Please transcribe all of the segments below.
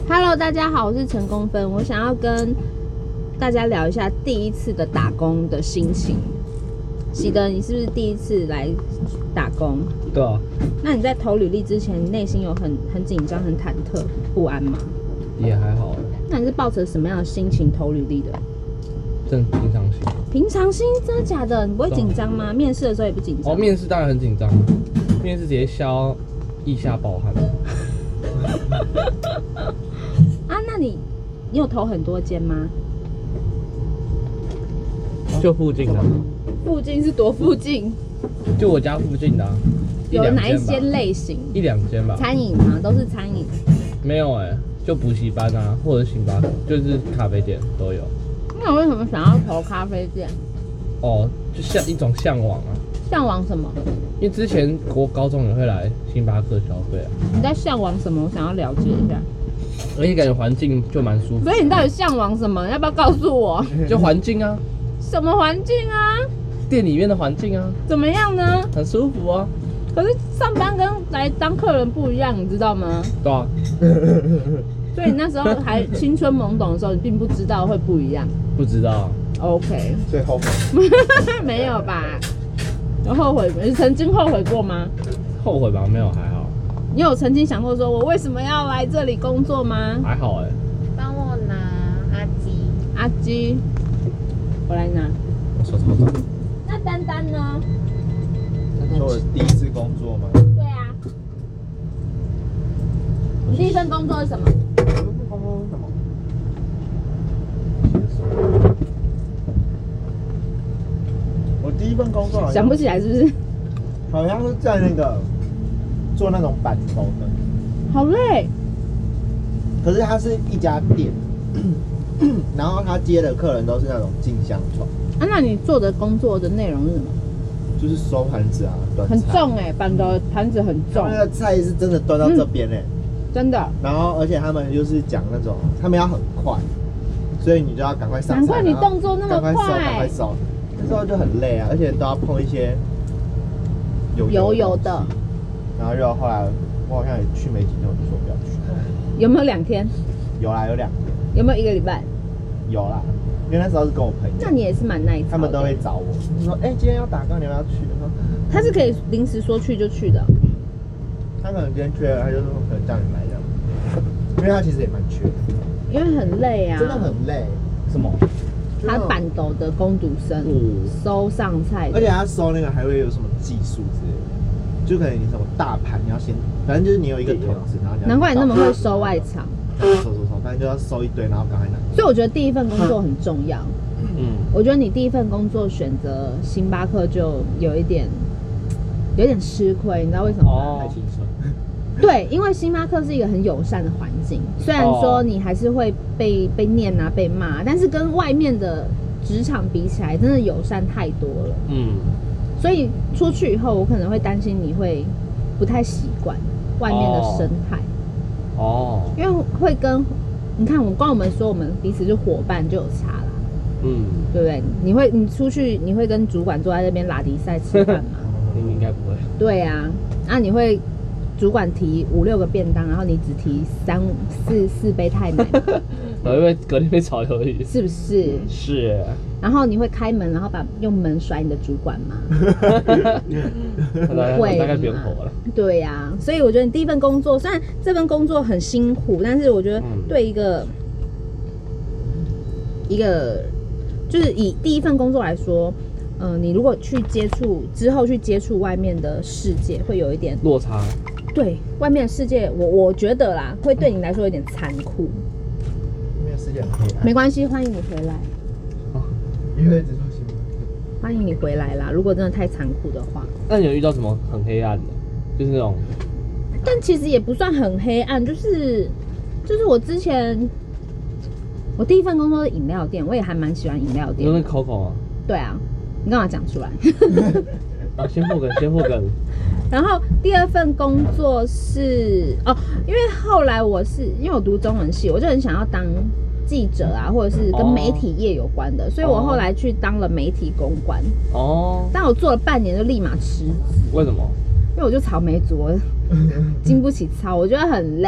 Hello， 大家好，我是陈公分，我想要跟大家聊一下第一次的打工的心情。喜德，你是不是第一次来打工？ 对啊。 那你在投履历之前，你内心有很紧张、很忐忑不安吗？ 也还好。 那你是抱着什么样的心情投履历的？ 平常心。 平常心，真的假的？你不会紧张吗？面试的时候也不紧张？ 哦，面试当然很紧张，面试直接笑腋下爆汗。 啊，那你有投很多间吗？ 就附近的。 附近是多附近？ 就我家附近的啊。 有哪一些类型？ 一两间吧。 餐饮吗？都是餐饮？ 没有就补习班啊，或者星巴克，就是咖啡店都有。 那为什么想要投咖啡店？ 哦，就像一种向往啊。 向往什么？ 因为之前高中也会来星巴克消费啊。 你在向往什么？我想要了解一下。 而且感觉环境就蛮舒服。 所以你到底向往什么？要不要告诉我？ 就环境啊。 什么环境啊？ 店里面的环境啊。怎么样呢？ 很舒服啊。 可是上班跟来当客人不一样，你知道吗？ 对啊。 所以你那时候还青春懵懂的时候，你并不知道会不一样。 不知道。 OK。 最后悔？ 没有吧？有后悔？你曾经后悔过吗？ 后悔吧，没有，还好。 你有曾经想过说我为什么要来这里工作吗？ 还好帮我拿阿基。 阿基，我来拿。 我手超短。 那丹丹呢？ 说我第一次工作吗？ 对啊。你第一份工作是什么？ 我第一份工作想不起来是不是？ 好像是在那个做那种板头的。 好累。 可是它是一家店，然后他接的客人都是那种进香团。 啊，那你做的工作的内容是什么？ 就是收盘子啊，端菜。 很重板的盘子很重。 那个菜是真的端到这边真的。 然后而且他们就是讲那种，他们要很快，所以你就要赶快上菜。 难怪你动作那么快。 赶快收。那时候就很累啊，而且都要碰一些油的。 然后就后来我好像也去没几天，我就说不要去。 有没有2天？ 有啦，有2天。 有没有1个礼拜？ 有啦，因为那时候是跟我朋友。 那你也是蛮耐操的。 他们都会找我，就说：“今天要打工，你要不要去？” 他是可以临时说去就去的。 他可能今天缺了，他就说可能叫你来这样。因为他其实也蛮缺的。 因为很累啊。 真的很累。 什么？ 他板斗的工读生，收上菜， 而且他收那个还会有什么技术之类的，就可能你什么大盘你要先，反正就是你有一个桶子，然后你要。 难怪你那么会收外场。 收，反正就要收一堆，然后赶快拿。 所以我觉得第一份工作很重要。我觉得你第一份工作选择星巴克就有一点吃亏，你知道为什么吗？ 太青春。 对，因为星巴克是一个很友善的环境，虽然说你还是会被念啊、被骂，但是跟外面的职场比起来，真的友善太多了。所以出去以后，我可能会担心你会不太习惯外面的生态。因为会跟你看，我们说我们彼此是伙伴就有差啦。对不对？你出去你会跟主管坐在那边拉迪赛吃饭吗？ 应该不会。 对啊，你会。主管提5、6个便当，然后你只提4杯泰奶， 因为隔天被炒鱿鱼， 是不是？ 是。 然后你会开门，然后用门甩你的主管吗？ 会，大概不用吼了。 对呀，所以我觉得你第一份工作，虽然这份工作很辛苦，但是我觉得对一个就是以第一份工作来说。你如果之后去接触外面的世界，会有一点落差。 对，外面的世界，我觉得啦，会对你来说有点残酷。 外面的世界很黑暗。 没关系，欢迎你回来。 因为只说星巴克。 欢迎你回来啦！如果真的太残酷的话， 那你有遇到什么很黑暗的？就是那种， 但其实也不算很黑暗，就是我之前我第一份工作是饮料店，我也还蛮喜欢饮料店。 你说那 Coco 啊？ 对啊。你干嘛讲出来？ 先破梗。 然后第2份工作是因为后来因为我读中文系，我就很想要当记者啊，或者是跟媒体业有关的，所以我后来去当了媒体公关。但我做了半年就立马辞职。 为什么？ 因为我就草莓族，经不起操，我觉得很累。因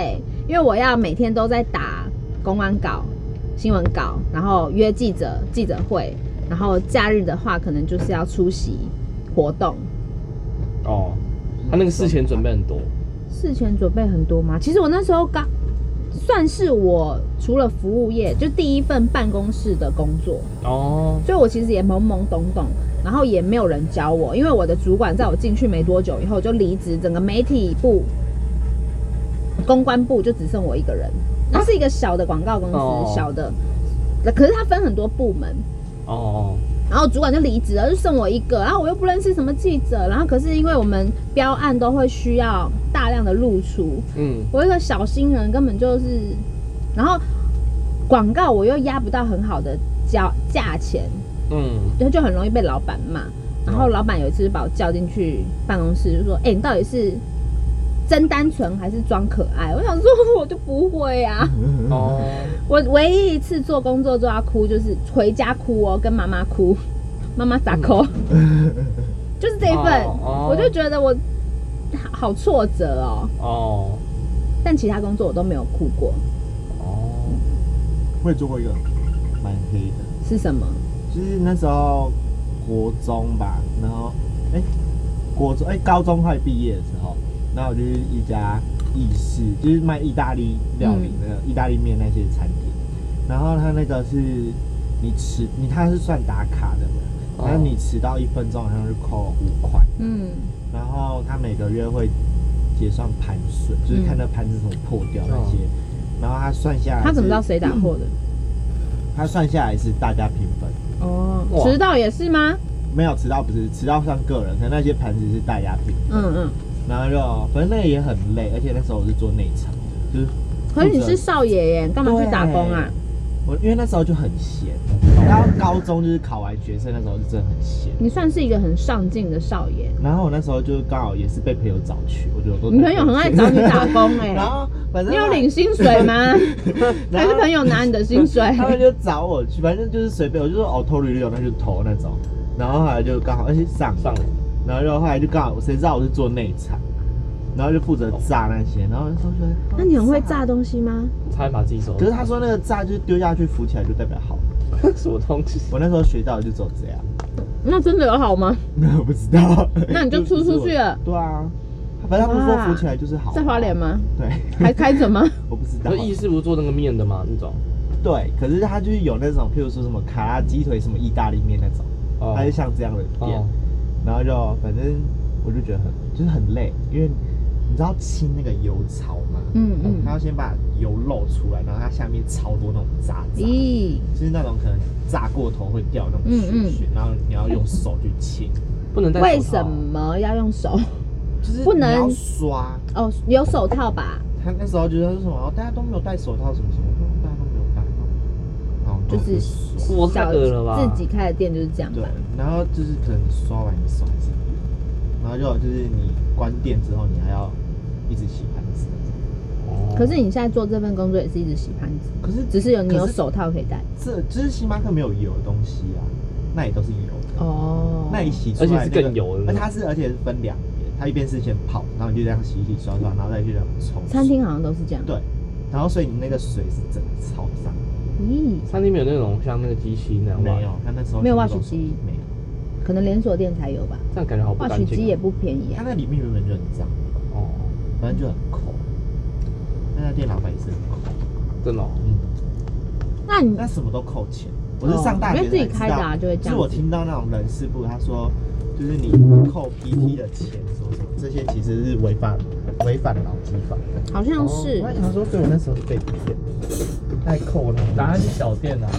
因为我要每天都在打公关稿、新闻稿，然后约记者会，然后假日的话可能就是要出席活动。 哦，他那个事前准备很多。 事前准备很多吗？其实我那时候算是我除了服务业就第一份办公室的工作哦，所以我其实也懵懵懂懂，然后也没有人教我，因为我的主管在我进去没多久以后就离职，整个媒体部、公关部就只剩我一个人。那是一个小的广告公司，小的，可是它分很多部门哦。然后主管就离职了，就剩我一个，然后我又不认识什么记者，然后可是因为我们标案都会需要大量的露出，我一个小新人根本就是，然后广告我又压不到很好的价钱，就很容易被老板骂。然后老板有一次就把我叫进去办公室，就说：“你到底是真单纯还是装可爱？”我想说，我就不会啊。哦，我唯一一次做工作做到哭，就是回家哭哦，跟妈妈哭，妈妈咋哭？就是这一份，我就觉得我好挫折哦。哦，但其他工作我都没有哭过。 哦，我也做过一个蛮黑的。 是什么？ 就是那时候国中吧，然后高中快毕业的时候。然后我就去一家意式，就是卖意大利料理那个意大利面那些餐厅。然后他那个是他是算打卡的嘛，然后你迟到1分钟好像是扣5块。然后他每个月会结算盘损，就是看那盘子怎么破掉那些。然后他算下来， 他怎么知道谁打破的？ 他算下来是大家平分。 哦，迟到也是吗？ 没有迟到，不是迟到算个人，可能那些盘子是大家平分。然后就反正那个也很累，而且那时候我是做内场，就是。 可是你是少爷耶，干嘛去打工啊？ 我因为那时候就很闲，然后高中就是考完学生，那时候就真的很闲。 你算是一个很上进的少爷。 然后我那时候就刚好也是被朋友找去，我觉得你朋友很爱找你打工哎。 然后反正你有领薪水吗？还是朋友拿你的薪水？ 他们就找我去，反正就是随便，我就说投履历那就投那种。然后后来就刚好而且上了。然后就后来就刚好，谁知道我是做内场，然后就负责炸那些，然后同学， 那你很会炸东西吗？ 差点把自己手。 可是他说那个炸就是丢下去浮起来就代表好， 什么东西？ 我那时候学到的就走这样。 那真的有好吗？ 我不知道。 那你就出去了。 对啊，反正他们说浮起来就是好。 在花莲吗？ 对。 还开着吗？ 我不知道。 意式不是做那个面的吗？那种。 对，可是他就是有那种，譬如说什么卡拉鸡腿、什么意大利面那种，它就像这样的店。然后就反正我就觉得就是很累，因为你知道清那个油槽吗？他要先把油漏出来，然后它下面超多那种渣，就是那种可能炸过头会掉那种血，然后你要用手去清， 不能戴手套。 为什么要用手？ 就是不能刷哦，有手套吧？ 他那时候觉得什么，大家都没有戴手套，什么什么，大家都没有戴，然后就是太恶了吧？ 自己开的店就是这样。 对，然后就是可能你刷完你手还是，然后就是你关店之后，你还要一直洗盘子。 可是你现在做这份工作也是一直洗盘子， 可是只是你有手套可以戴。 就是星巴克没有油的东西啊，那也都是油的哦。那一洗出来， 而且是更油的， 而且是分2边，它一边是先泡，然后你就这样洗刷，然后再去这样冲。 餐厅好像都是这样。 对，然后所以你那个水是整个超脏。 餐厅没有那种像那个机器那样。 没有，他那时候没有挖取机， 没有， 可能连锁店才有吧。 这样感觉好不干净。 挖取机也不便宜啊。 它那里面原本就很脏哦，反正就很抠。那店老板也是很抠， 真的。 那什么都扣钱。我是上大学才知道， 自己开的啊，就会这样。 是我听到那种人事部他说，就是你扣 PT 的钱什么什么，这些其实是违反劳基法。 好像是。 我还想说，对我那时候是被骗，太扣了。 哪是小店啊？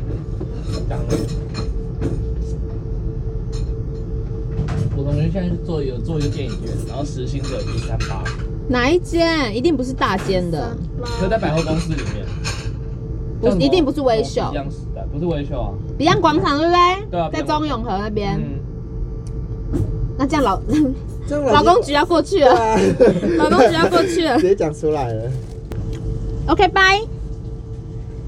我同学现在是做一个电影院，然后时薪只有138。 哪一间？一定不是大间的。 可在百货公司里面。 一定不是微秀。 一样时代不是微秀啊。 彼岸广场对不对？ 对啊。 在中永和那边。那这样劳工局要过去了。劳工局要过去了。 直接讲出来了。 OK，拜。